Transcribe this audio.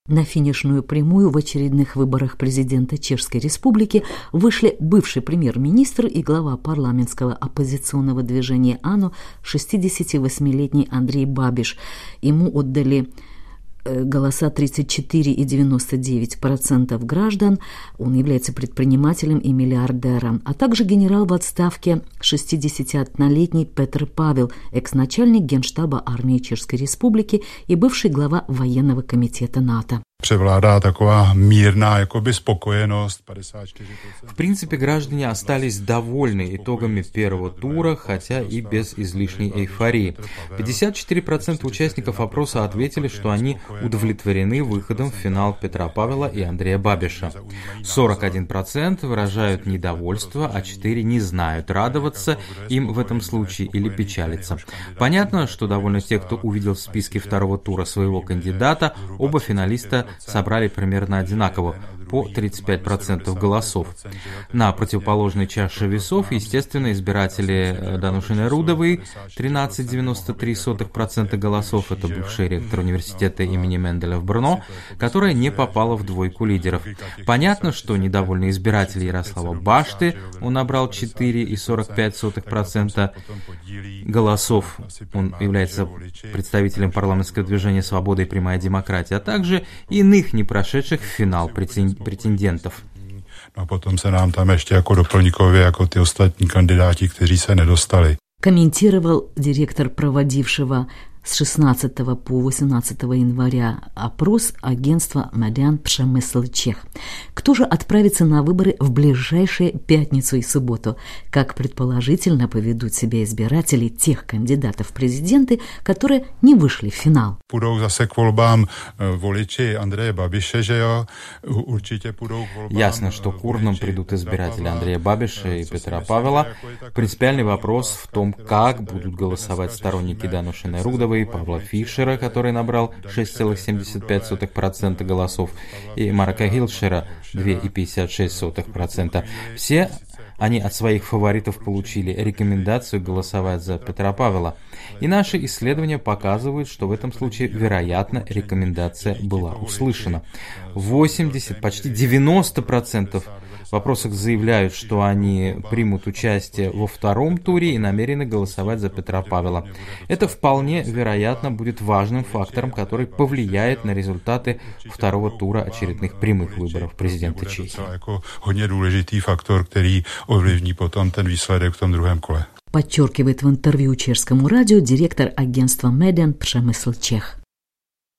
На финишную прямую в очередных выборах президента Чешской Республики вышли бывший премьер-министр и глава парламентского оппозиционного движения АНО 68-летний Андрей Бабиш. Ему отдали голоса 34,99% граждан. Он является предпринимателем и миллиардером, а также генерал в отставке 61-летний Петр Павел, экс-начальник Генштаба армии Чешской Республики и бывший глава военного комитета НАТО. Převládá taková mírná jakoby spokojenost. 54%. В принципе, граждане остались довольны итогами первого тура, хотя и без излишней эйфории. 54% участников опроса ответили, что они удовлетворены выходом в финал Петра Павела и Андрея Бабиша. 41% выражают недовольство, а 4% не знают, радоваться им в этом случае или печалиться. Понятно, что довольны те, кто увидел в списке второго тура своего кандидата. Оба финалиста собрали примерно одинаково, по 35% голосов. На противоположной чаше весов, естественно, избиратели Дануши Рудовой 13,93% голосов, это бывший ректор университета имени Менделя в Брно, которая не попала в двойку лидеров. Понятно, что недовольны избиратели Ярослава Башты, он набрал 4,45% голосов, он является представителем парламентского движения «Свобода и прямая демократия», а также иных не прошедших в финал претендентов. A potom se nám tam ještě jako doplňkově jako ty ostatní kandidáti, kteří se nedostali. Комментировал директор проводившего с 16 по 18 января опрос агентства «Медиан Пшемысл Чех». Кто же отправится на выборы в ближайшие пятницу и субботу? Как предположительно поведут себя избиратели тех кандидатов в президенты, которые не вышли в финал? Půjdou zase k volbám voliči Andreje Babiše, že jo? Určitě půjdou k volbám. Ясно, что к урнам придут избиратели Андрея Бабиша и Петра Павела. Принципиальный вопрос в том, как будут голосовать сторонники Дануши Рудовой, Павла Фишера, который набрал 6,75% голосов, и Марка Гилшера 2,56%. Все они от своих фаворитов получили рекомендацию голосовать за Петра Павела. И наши исследования показывают, что в этом случае, вероятно, рекомендация была услышана. 80, почти 90% в вопросах заявляют, что они примут участие во втором туре и намерены голосовать за Петра Павела. Это вполне вероятно будет важным фактором, который повлияет на результаты второго тура очередных прямых выборов президента Чехии. Hodně důležitý faktor, který ovlivní potom ten výsledek v tom druhém kole. Подчеркивает в интервью чешскому радио директор агентства «Медиан Пшемысл Чех».